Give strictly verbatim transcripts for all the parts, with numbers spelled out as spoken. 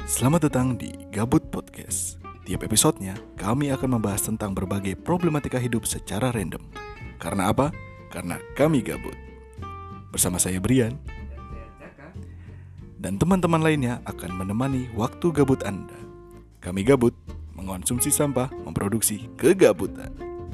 Selamat datang di Gabut Podcast. Tiap episodenya, kami akan membahas tentang berbagai problematika hidup secara random. Karena apa? Karena kami gabut. Bersama saya Brian dan teman-teman lainnya akan menemani waktu gabut Anda. Kami gabut, mengonsumsi sampah, memproduksi kegabutan.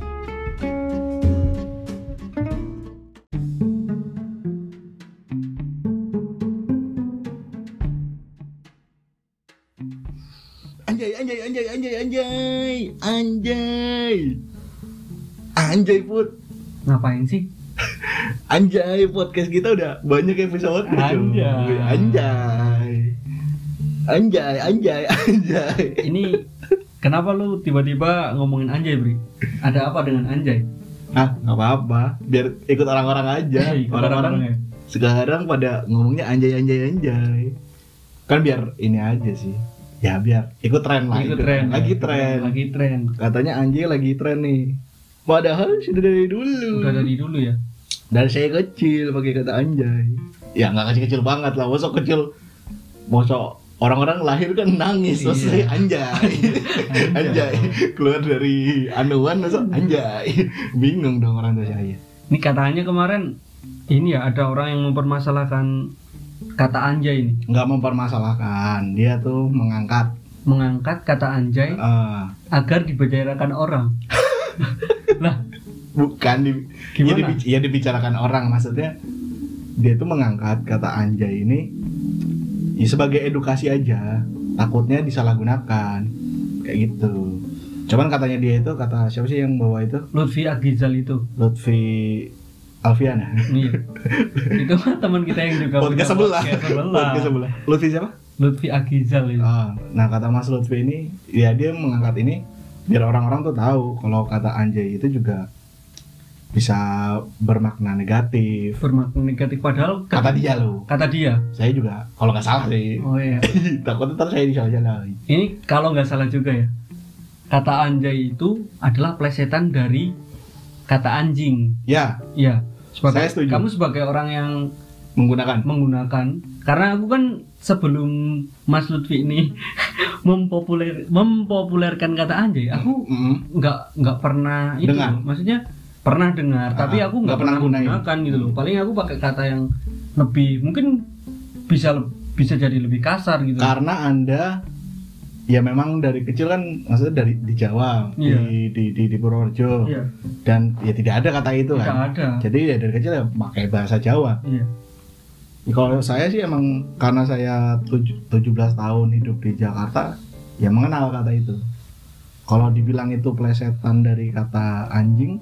Anjay, anjay, anjay, anjay, anjay, anjay, anjay put. Ngapain sih? Anjay, podcast kita udah banyak episode. Anjay. Anjay, anjay, anjay, anjay. Ini kenapa lu tiba-tiba ngomongin anjay, Bri? Ada apa dengan anjay? Ah, nggak apa-apa, biar ikut orang-orang aja. Ikut Orang-orang orang-orang ya? sekarang pada ngomongnya anjay, anjay, anjay. Kan biar ini aja sih. Ya biar ikut tren lah. Ikut tren, Lagi ya. tren. Lagi tren. Katanya anjay lagi tren nih. Padahal sudah dari dulu. Udah dari dulu ya. Dari saya kecil pakai kata anjay. Ya nggak kecil-kecil banget lah. Masa kecil, masa orang-orang lahir kan nangis. Terus Iya. saya anjay. Anjay. Keluar dari anuan masa anjay. Bingung dong orang tua saya. Ini katanya kemarin ini ya ada orang yang mempermasalahkan kata anjay ini. Nggak mempermasalahkan. Dia tuh mengangkat. Mengangkat kata anjay eh, agar dibicarakan orang. Lah, bukan di, ya, Gimana? dibic- ya dibicarakan orang. Maksudnya dia tuh mengangkat kata anjay ini ya sebagai edukasi aja. Takutnya disalahgunakan. Kayak gitu. Cuman katanya dia itu, kata siapa sih yang bawa itu? Lutfi Agizal itu. Lutfi Alfiana. Iya. Itu mah teman kita yang juga Podcast punya sebelah. podcast sebelah. Podcast sebelah. Lutfi siapa? Lutfi Agizal itu. Oh, nah kata Mas Lutfi ini, ya dia mengangkat ini biar orang-orang tuh tahu kalau kata anjay itu juga bisa bermakna negatif. Bermakna negatif padahal Kata dia loh. Kata dia. Saya juga kalau nggak salah sih. Oh iya. Takutnya ntar saya disalah-salahin. Ini kalau nggak salah juga ya, kata anjay itu adalah plesetan dari kata anjing. Ya, Ya, sebagai, Saya setuju. kamu sebagai orang yang menggunakan. menggunakan, karena aku kan sebelum Mas Lutfi ini mempopuler mempopulerkan kata anjay, aku Mm-mm. nggak nggak pernah itu, Dengar. maksudnya pernah dengar, Ah, tapi aku nggak nggak pernah pernah gunain. menggunakan gitu loh. Paling aku pakai kata yang lebih mungkin bisa bisa jadi lebih kasar gitu. Karena Anda ya memang dari kecil kan, maksudnya dari di Jawa, Iya. di, di di di Purworejo, Iya, dan ya tidak ada kata itu tidak kan. ada. Jadi ya dari kecil ya pakai bahasa Jawa. Iya. Ya, kalau saya sih emang karena saya tuj- tujuh belas tahun hidup di Jakarta, ya mengenal kata itu. Kalau dibilang itu plesetan dari kata anjing,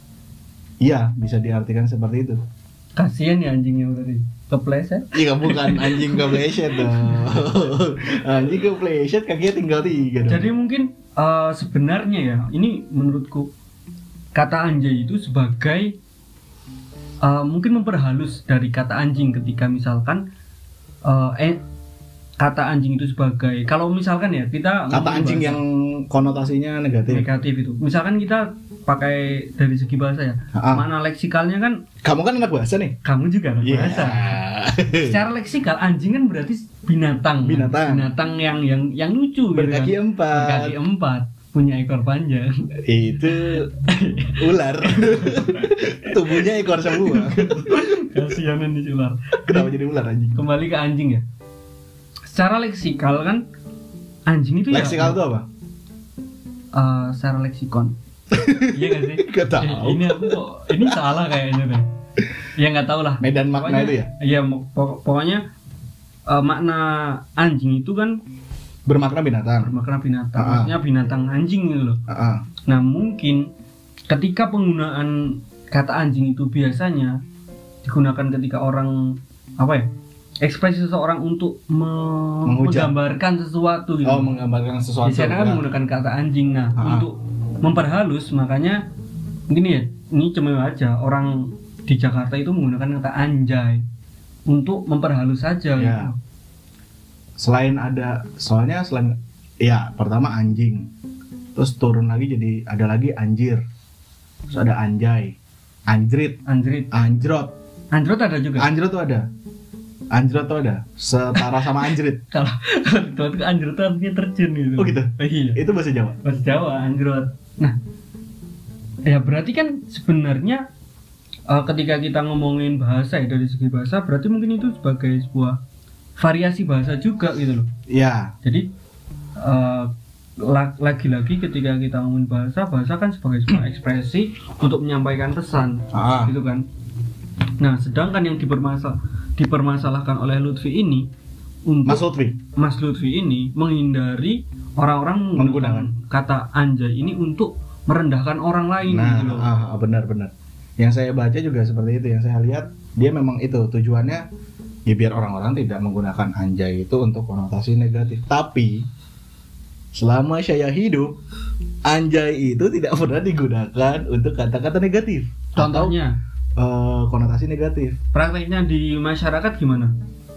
iya bisa diartikan seperti itu. Kasihan ya anjingnya tadi kepleset. Iya bukan anjing kepleset dong. Anjing kepleset kakinya tinggal tiga dong. Jadi mungkin eh, sebenarnya ya, ini menurutku kata anjay itu sebagai eh, mungkin memperhalus dari kata anjing ketika misalkan eh, eh kata anjing itu sebagai, kalau misalkan ya kita kata ngomongin anjing bahasa yang konotasinya negatif. negatif itu, misalkan kita pakai dari segi bahasa ya, Ah. makna leksikalnya kan Kamu kan anak bahasa nih. kamu juga anak Iya. bahasa. Secara leksikal anjing kan berarti binatang, Binatang. binatang yang yang yang lucu, Berkaki gitu kan. empat. Berkaki empat, punya ekor panjang. Itu ular. Tubuhnya ekor semua. Kasianan di ular. Kenapa jadi ular anjing? Kembali ke anjing ya. Secara leksikal kan anjing itu Leksikal ya. itu apa? eh, secara leksikon. Iya gak sih? Gak tahu. Eh, ini aku kok ini salah kayaknya deh. Ya nggak tahu lah. Medan makna Pokoknya- itu ya? Iya, pok- pokoknya eh, makna anjing itu kan Bermakna binatang. bermakna binatang. Ah. Maksudnya binatang anjing gitu loh. Ah, ah. Nah mungkin ketika penggunaan kata anjing itu biasanya digunakan ketika orang apa ya, ekspresi seseorang untuk me- Menghujat. menggambarkan sesuatu gitu. Oh, menggambarkan sesuatu. Di sana kan Ya. menggunakan kata anjing. Nah Ah. untuk memperhalus, makanya gini ya, ini cuma aja orang di Jakarta itu menggunakan kata anjay untuk memperhalus saja. Ya. Gitu. Selain ada, soalnya selain ya pertama anjing, terus turun lagi jadi ada lagi anjir, terus ada anjay, anjrit, Anjrit, anjrot. anjrot ada juga. Anjrot tuh ada. Anjrot tuh ada setara sama anjrit. Kalau kalau itu anjrot itu artinya terjun gitu. Oh gitu. Iya. Itu bahasa Jawa. Bahasa Jawa anjrot. Nah, ya berarti kan sebenarnya uh, ketika kita ngomongin bahasa ya, dari segi bahasa berarti mungkin itu sebagai sebuah variasi bahasa juga gitu loh. Iya. Jadi uh, lagi-lagi ketika kita ngomongin bahasa, bahasa kan sebagai sebuah ekspresi untuk menyampaikan pesan, Ah. gitu kan. Nah, sedangkan yang dipermasal dipermasalahkan oleh Lutfi ini untuk Mas Lutfi. Mas Lutfi ini menghindari orang-orang menggunakan kata anjay ini untuk merendahkan orang lain Nah, gitu loh. ah, benar-benar. Yang saya baca juga seperti itu. Yang saya lihat dia memang itu tujuannya ya biar orang-orang tidak menggunakan anjay itu untuk konotasi negatif. Tapi selama saya hidup, anjay itu tidak pernah digunakan untuk kata-kata negatif. Contohnya, Atau, uh, konotasi negatif. prakteknya di masyarakat gimana?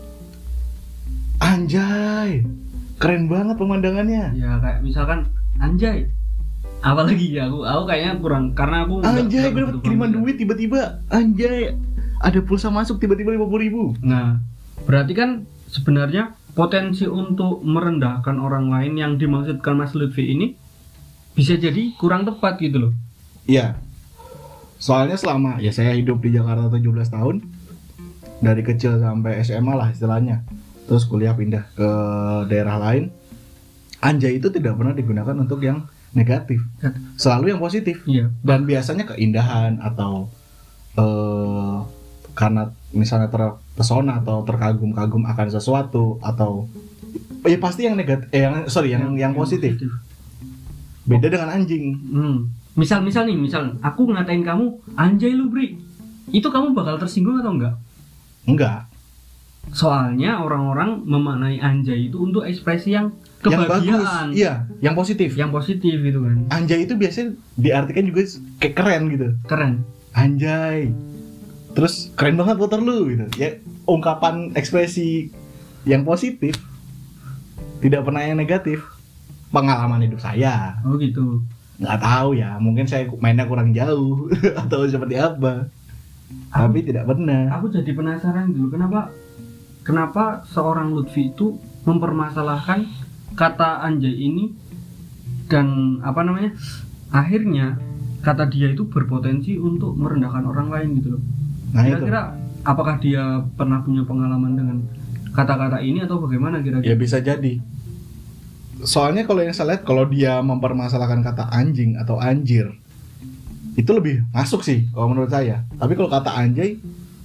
Anjay, keren banget pemandangannya. Ya kayak misalkan anjay. Apalagi ya aku aku kayaknya kurang karena aku nggak- Anjay, nggak gue dapet begitu kiriman familiar. duit tiba-tiba. Anjay, ada pulsa masuk tiba-tiba lima puluh ribu. Nah, berarti kan sebenarnya potensi untuk merendahkan orang lain yang dimaksudkan Mas Lutfi ini bisa jadi kurang tepat gitu loh. Iya. Soalnya selama ya saya hidup di Jakarta tujuh belas tahun, dari kecil sampai S M A lah istilahnya. Terus kuliah pindah ke daerah lain. Anjay itu tidak pernah digunakan untuk yang negatif. Selalu yang positif. Iya. Dan biasanya keindahan atau eh karena misalnya terpesona atau terkagum-kagum akan sesuatu atau ya pasti yang negatif eh yang sorry yang yang, positif. Beda dengan anjing. Hmm. Misal misal nih, misal aku ngatain kamu anjay lu Bri. Itu kamu bakal tersinggung atau enggak? Enggak. Soalnya orang-orang memaknai anjay itu untuk ekspresi yang Yang bagus. kebahagiaan. Iya, yang positif. Yang positif gitu kan. Anjay itu biasanya diartikan juga kayak keren gitu. Keren. Anjay. Terus keren banget motor lu gitu. Ya ungkapan ekspresi yang positif. Tidak pernah yang negatif. Pengalaman hidup saya. Oh gitu. Nggak tahu ya, mungkin saya mainnya kurang jauh atau seperti apa. Tapi tidak benar. Aku jadi penasaran dulu kenapa kenapa seorang Lutfi itu mempermasalahkan kata anjay ini dan apa namanya? Akhirnya kata dia itu berpotensi untuk merendahkan orang lain gitu loh. Nah itu. Kira-kira apakah dia pernah punya pengalaman dengan kata-kata ini atau bagaimana Ya kira-kira? bisa jadi. Soalnya kalau yang saya lihat kalau dia mempermasalahkan kata anjing atau anjir itu lebih masuk sih kalau menurut saya. Tapi kalau kata anjay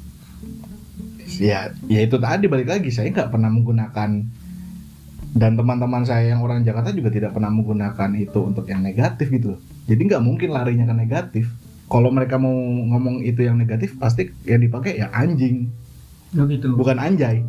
ya ya itu tadi balik lagi saya nggak pernah menggunakan dan teman-teman saya yang orang Jakarta juga tidak pernah menggunakan itu untuk yang negatif gitu loh. Jadi nggak mungkin larinya ke negatif. Kalau mereka mau ngomong itu yang negatif pasti yang dipakai ya anjing Oh gitu. bukan anjay.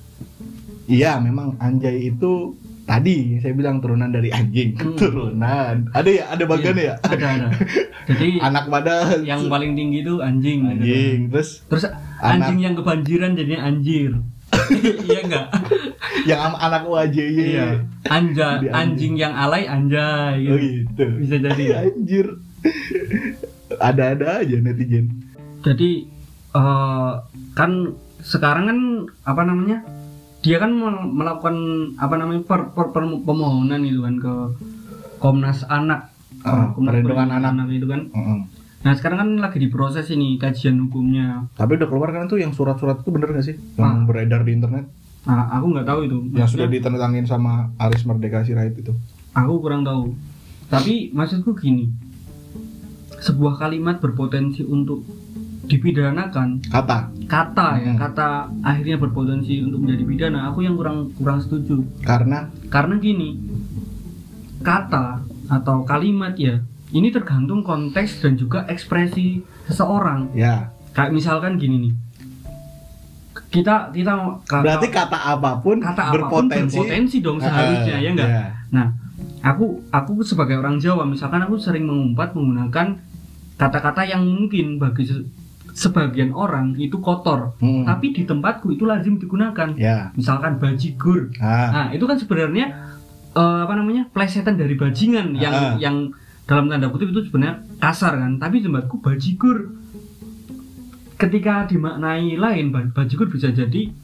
Iya memang anjay itu tadi saya bilang turunan dari anjing. Hmm. Turunan ada ya ada bagiannya ya. Ada ada. Jadi Anak pada yang paling tinggi itu anjing. gitu. anjing terus Terus Anak- anjing yang kebanjiran jadinya anjir. Iya enggak? yang am- anak W J Y. Iya. Anja, Jadi anjing. anjing yang alay anjay. Oh Gitu. gitu. Bisa jadi. Anjir. Ada-ada aja netizen. Jadi eh, kan sekarang kan apa namanya? Dia kan mel- melakukan apa namanya per, per- per- pemohonan itu kan ke Komnas Anak. Ah, Komnas perlindungan anak. itu kan. Mm-mm. Nah, sekarang kan lagi diproses ini kajian hukumnya. Tapi udah keluar kan tuh yang surat-surat itu bener gak sih? Yang Ah. beredar di internet. Nah, aku nggak tahu itu. Yang sudah Maksudnya, ditandatangin sama Aris Merdeka Sirait itu. aku kurang tahu. Tapi maksudku gini. Sebuah kalimat berpotensi untuk dipidanakan, Kata. kata ya, Hmm. kata akhirnya berpotensi untuk menjadi pidana, aku yang kurang kurang setuju. Karena Karena gini, kata atau kalimat ya, ini tergantung konteks dan juga ekspresi seseorang. ya Kayak misalkan gini nih. Kita kita kata, berarti kata apapun kata apapun berpotensi, berpotensi dong seharusnya, Ah, ya enggak? ya. Nah, aku aku sebagai orang Jawa misalkan aku sering mengumpat menggunakan kata-kata yang mungkin bagi se- sebagian orang itu kotor, Hmm. tapi di tempatku itu lazim digunakan. Ya. Misalkan bajigur. Ah. Nah, itu kan sebenarnya eh, apa namanya? Plesetan dari bajingan yang Ah. yang dalam tanda kutip itu sebenarnya kasar kan, tapi di tempatku bajigur. Ketika dimaknai lain, ba- bajigur bisa jadi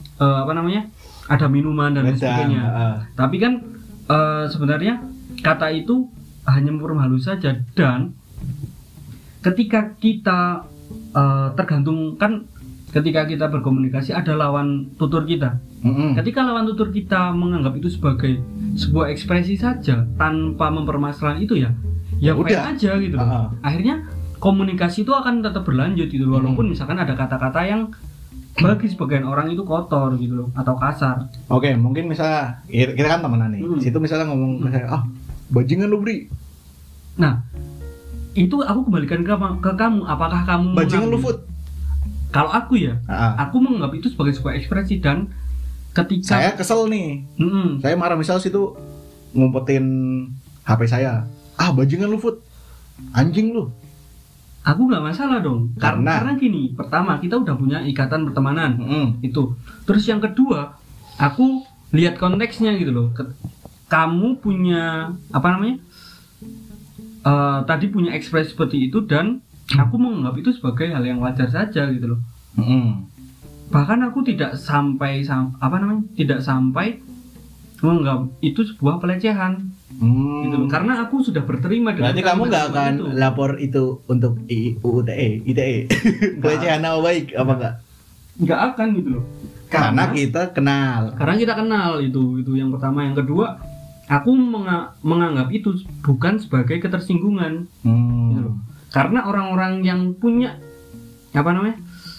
uh, apa namanya ada minuman dan lain sebagainya. Uh. Tapi kan uh, sebenarnya kata itu hanya memperhalus saja, dan ketika kita uh, tergantung kan ketika kita berkomunikasi ada lawan tutur kita. Mm-hmm. Ketika lawan tutur kita menganggap itu sebagai sebuah ekspresi saja tanpa mempermasalahan itu ya, ya fair aja gitu loh. Uh-huh. Akhirnya komunikasi itu akan tetap berlanjut gitu loh, walaupun mm-hmm. misalkan ada kata-kata yang bagi sebagian orang itu kotor gitu loh atau kasar. Oke, mungkin misalnya kita kan temenan nih. Mm. Situ misalnya ngomong ke saya, "Ah, bajingan lu, Bri." Nah, itu aku kembalikan ke, ke kamu, apakah kamu bajingan lu, Food? Kalau aku ya, uh-huh. aku menganggap itu sebagai sebuah ekspresi, dan ketika saya kesel nih, mm-hmm. saya marah misal situ ngumpetin H P saya, "Ah, bajingan lu, Food, anjing lu." Aku nggak masalah dong, karena karena gini, pertama kita udah punya ikatan pertemanan, mm-hmm. itu. Terus yang kedua, aku lihat konteksnya gitu loh. Kamu punya apa namanya? Uh, tadi punya ekspresi seperti itu, dan aku menganggap itu sebagai hal yang wajar saja gitu loh. Mm-hmm. Bahkan aku tidak sampai sam- apa namanya? Tidak sampai menganggap itu sebuah pelecehan. Hmm. Gitu loh. Karena aku sudah berterima dengan. Berarti kamu nggak akan itu. lapor itu untuk U U T E, I T E, pelecehan nama baik apa enggak? Nggak akan gitu loh. Karena, karena kita kenal. Karena kita kenal itu, itu yang pertama. Yang kedua, aku menga- menganggap itu bukan sebagai ketersinggungan. Hmm. Gitu loh. Karena orang-orang yang punya apa namanya?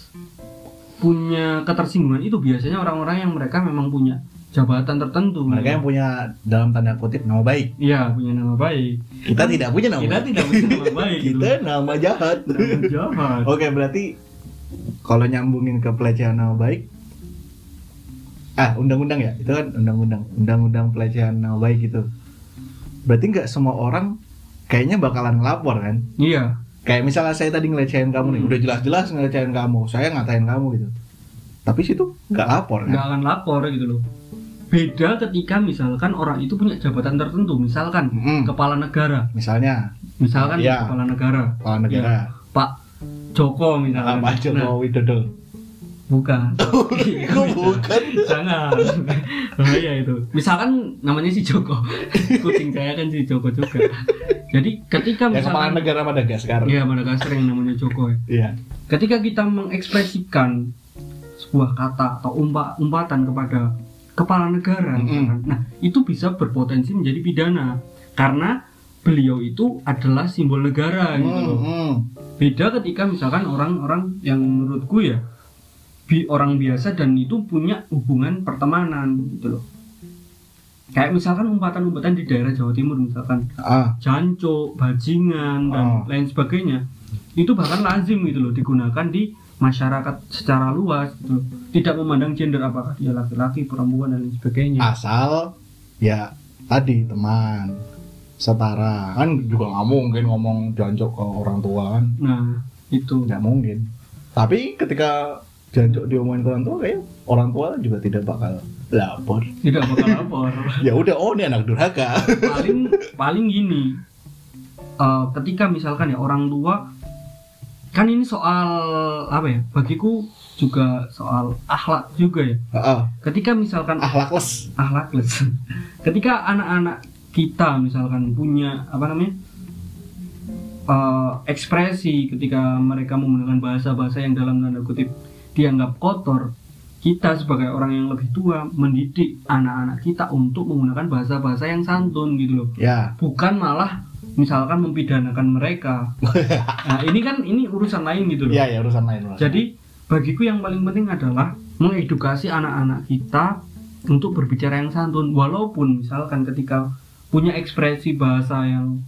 Punya ketersinggungan itu biasanya orang-orang yang mereka memang punya jabatan tertentu. Mereka yang punya dalam tanda kutip nama baik. Iya, punya nama baik. Kita tidak punya nama kita baik. tidak punya nama baik. Kita gitu. Nama jahat. Nama jahat. Oke, berarti kalau nyambungin ke pelecehan nama baik, ah undang-undang ya, itu kan undang-undang, undang-undang pelecehan nama baik gitu. Berarti nggak semua orang kayaknya bakalan ngelapor kan? Iya. Kayak misalnya saya tadi ngelecehin kamu nih, hmm. udah jelas-jelas ngelecehin kamu, saya ngatain kamu gitu. Tapi situ nggak lapor kan? Nggak akan lapor gitu loh. Beda ketika misalkan orang itu punya jabatan tertentu, misalkan mm. kepala negara, misalnya, misalkan ya. kepala negara, kepala negara, ya. Pak Joko misalkan, Pak Joko nah, Widodo, bukan, bukan, jangan, bahaya itu. Misalkan namanya si Joko, kucing saya kan si Joko juga. Jadi ketika misalkan ya, kepala negara Madagaskar, ya Madagaskar yang namanya Joko ya. Iya. Ketika kita mengekspresikan sebuah kata atau umpa, umpatan kepada kepala negara, mm-hmm. nah itu bisa berpotensi menjadi pidana karena beliau itu adalah simbol negara gitu loh. Mm-hmm. Beda ketika misalkan orang-orang yang menurutku ya bi- orang biasa dan itu punya hubungan pertemanan gitu loh. Kayak misalkan umpatan-umpatan di daerah Jawa Timur misalkan ah. jancuk, bajingan dan ah. lain sebagainya, itu bahkan lazim gitu loh digunakan di masyarakat secara luas gitu, tidak memandang gender apakah dia laki-laki, perempuan dan lain sebagainya. Asal ya tadi teman setara kan juga nggak mungkin ngomong jancuk ke orang tua kan. Nah itu nggak mungkin. Tapi ketika jancuk diomongin ke orang tua, kayak orang tua juga tidak bakal lapor. Tidak bakal lapor. Ya udah, oh ini anak durhaka. paling paling gini, uh, ketika misalkan ya orang tua kan ini soal apa ya? Bagiku juga soal akhlak juga ya. Uh-uh. Ketika misalkan akhlakles, akhlakles. Ketika anak-anak kita misalkan punya apa namanya? Uh, ekspresi ketika mereka menggunakan bahasa-bahasa yang dalam tanda kutip dianggap kotor, kita sebagai orang yang lebih tua mendidik anak-anak kita untuk menggunakan bahasa-bahasa yang santun gitu loh. Ya. Bukan malah misalkan mempidanakan mereka. Nah, ini kan ini urusan lain gitu loh. Iya, ya urusan lain. Urusan. Jadi, bagiku yang paling penting adalah mengedukasi anak-anak kita untuk berbicara yang santun, walaupun misalkan ketika punya ekspresi bahasa yang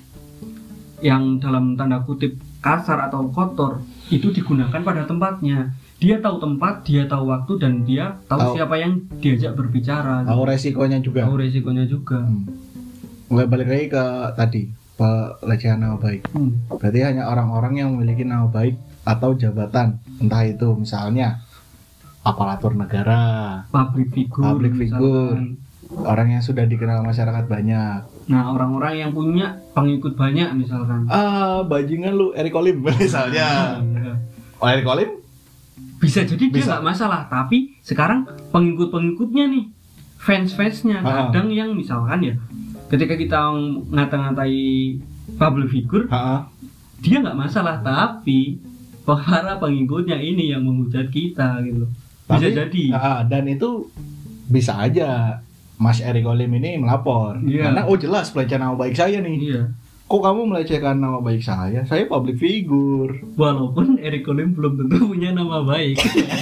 yang dalam tanda kutip kasar atau kotor, itu digunakan pada tempatnya. Dia tahu tempat, dia tahu waktu, dan dia tahu, tahu siapa yang diajak berbicara. Tahu resikonya juga. Tahu resikonya juga. Hmm. Mulai balik lagi ke tadi pelecehan nama baik. Hmm. Berarti hanya orang-orang yang memiliki nama baik atau jabatan, entah itu misalnya aparatur negara, public figure, public figure, orang yang sudah dikenal masyarakat banyak. Nah, orang-orang yang punya pengikut banyak misalkan. Ah, bajingan lu Eric Olim misalnya. Oh, Eric Olim bisa jadi dia Bisa. nggak masalah, tapi sekarang pengikut-pengikutnya nih, fans-fansnya Ha-ha. kadang yang misalkan ya, ketika kita ngata-ngatai public figure, Ha-ha. dia nggak masalah, tapi para pengikutnya ini yang menghujat kita gitu loh. Bisa Tapi, jadi. ha-ha, dan itu bisa aja Mas Erick Olim ini melapor. Iya. Karena oh jelas pelecehan nama baik saya nih. Iya. Kok kamu melecehkan nama baik saya? Saya public figure. Walaupun Erick Olim belum tentu punya nama baik.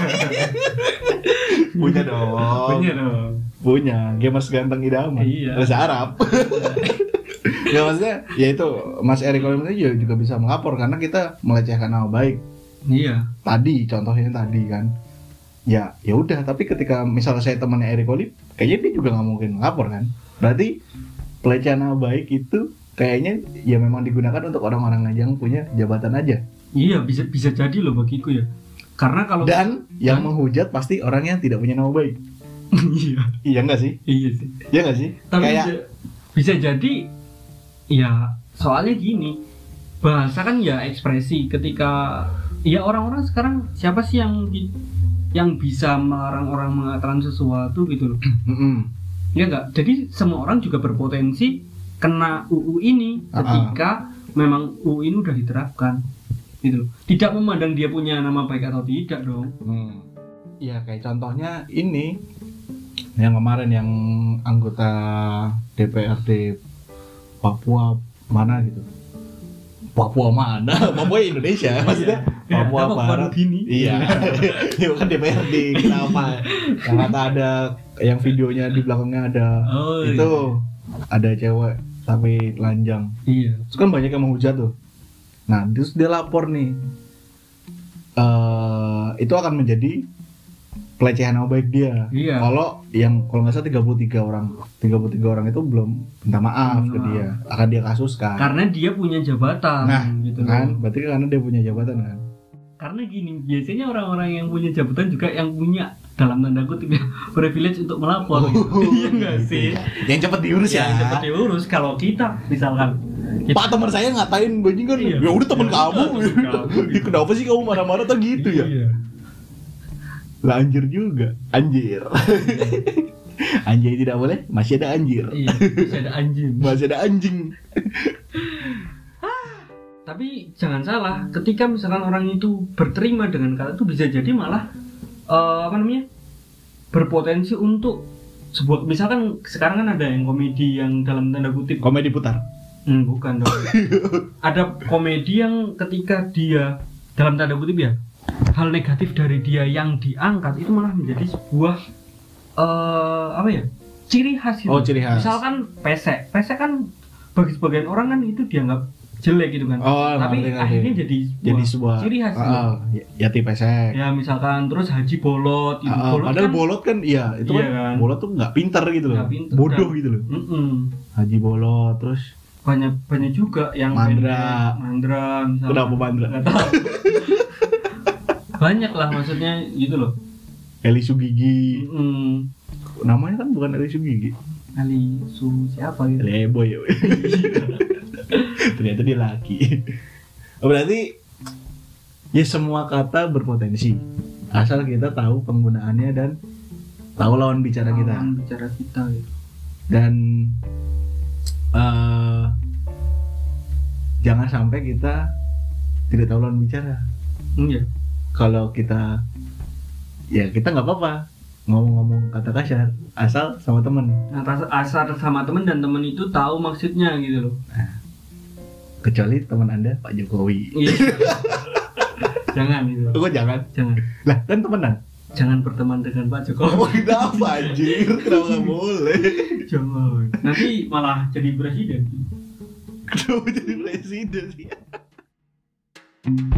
Punya dong. Punya dong. Punya. Gamers ganteng idaman. Iya. Bahasa Arab. Ya maksudnya, ya itu Mas Erick Olim itu juga- juga bisa melapor karena kita melecehkan nama baik. Iya. Tadi contohnya tadi kan. Ya, ya udah. Tapi ketika misalnya saya temannya Erick Olim, kayaknya dia juga nggak mungkin melapor kan. Berarti pelecehan nama baik itu kayaknya ya memang digunakan untuk orang-orang yang punya jabatan aja. Iya, bisa bisa jadi loh bagiku ya. Karena kalau Dan yang Dan- menghujat pasti orang yang tidak punya nama baik. iya, Iya nggak sih? iya sih. Iya nggak sih? Tapi Kayak bisa, bisa jadi ya soalnya gini, bahasa kan ya ekspresi. Ketika ya orang-orang sekarang siapa sih yang bi- yang bisa melarang orang mengatakan sesuatu gitu loh. mm-mm. Ya enggak. Jadi semua orang juga berpotensi kena U U ini ketika memang U U ini udah diterapkan. Gitu loh. Tidak memandang dia punya nama baik atau tidak dong. Hmm. Iya kayak contohnya ini yang kemarin yang anggota D P R D Papua mana gitu. Papua mana? Papua Indonesia maksudnya. Iya, Papua apa, Papua Barat. Nugini? Iya. Itu kan D P R D kenapa? Yang kata ada yang videonya di belakangnya ada Oh, itu ada cewek tapi telanjang. Iya. Terus kan banyak yang menghujat tuh. Nah, terus dia lapor nih. Eh, itu akan menjadi pelecehan nama baik dia. Iya. Kalau yang kalau nggak salah tiga puluh tiga orang, tiga puluh tiga orang itu belum minta maaf Minta ke maaf. dia, akan dia kasuskan. Karena dia punya jabatan Nah, gitu kan, loh. berarti karena dia punya jabatan kan. Karena gini, biasanya orang-orang yang punya jabatan juga yang punya dalam tanda kutip ya privilege untuk melapor gitu. Iya enggak sih? Yang cepat diurus ya. Yang cepat diurus. Kalau kita misalkan kita, Pak teman saya ngatain bajingan, Iya. ya udah teman Ya, kamu. temen kamu. Ya, kenapa sih kamu marah-marah tuh gitu ya? Iya. Lah anjir juga, anjir. Anjir tidak boleh, masih ada anjir. Iya, masih ada anjing. Masih ada anjing. Tapi jangan salah, ketika misalkan orang itu berterima dengan kata itu bisa jadi malah eh, apa namanya? Berpotensi untuk sebuah misalkan sekarang kan ada yang komedi yang dalam tanda kutip Komedi putar. Hmm, bukan dong. Ada komedi yang ketika dia dalam tanda kutip ya hal negatif dari dia yang diangkat itu malah menjadi sebuah eh apa ya ciri khas gitu. Oh, ciri khas. Misalkan pesek, pesek kan bagi sebagian orang kan itu dianggap jelek gitu kan. Oh, Tapi ngerti, ngerti. akhirnya jadi sebuah, Jadi sebuah ciri khas. gitu. Ah, ya, yati pesek. Ya misalkan terus Haji Bolot, itu Ah, ah, Bolot padahal kan, bolot kan iya, itu Iya kan, kan. bolot tuh nggak pintar gitu loh. Nggak pinter, Bodoh dan- gitu loh. Mm-mm. Haji bolot terus banyak banyak juga yang Mandra. pendek, Mandra misalkan. kenapa Mandra? Nggak tahu. Banyak lah maksudnya gitu loh. Eli Sugigi. Hmm, Namanya kan bukan Eli Sugigi. Ali Su siapa gitu? Eli Eboy ya. Ternyata dia laki. Oh, berarti ya semua kata berpotensi asal kita tahu penggunaannya dan tahu lawan bicara kita. Lawan bicara kita gitu. Dan eh, jangan sampai kita tidak tahu lawan bicara. Iya. Kalau kita ya kita nggak apa-apa ngomong-ngomong kata kasar asal sama temen. Nah, tas- asal sama temen dan temen itu tahu maksudnya gitu loh. Kecuali teman anda Pak Jokowi. Iya. Jangan gitu. Kok jangan? Jangan. Lah kan temenan. Jangan berteman dengan Pak Oh Jokowi. kenapa anjir? Kenapa nggak boleh? Jangan. Nanti malah jadi presiden. Kenapa jadi presiden sih?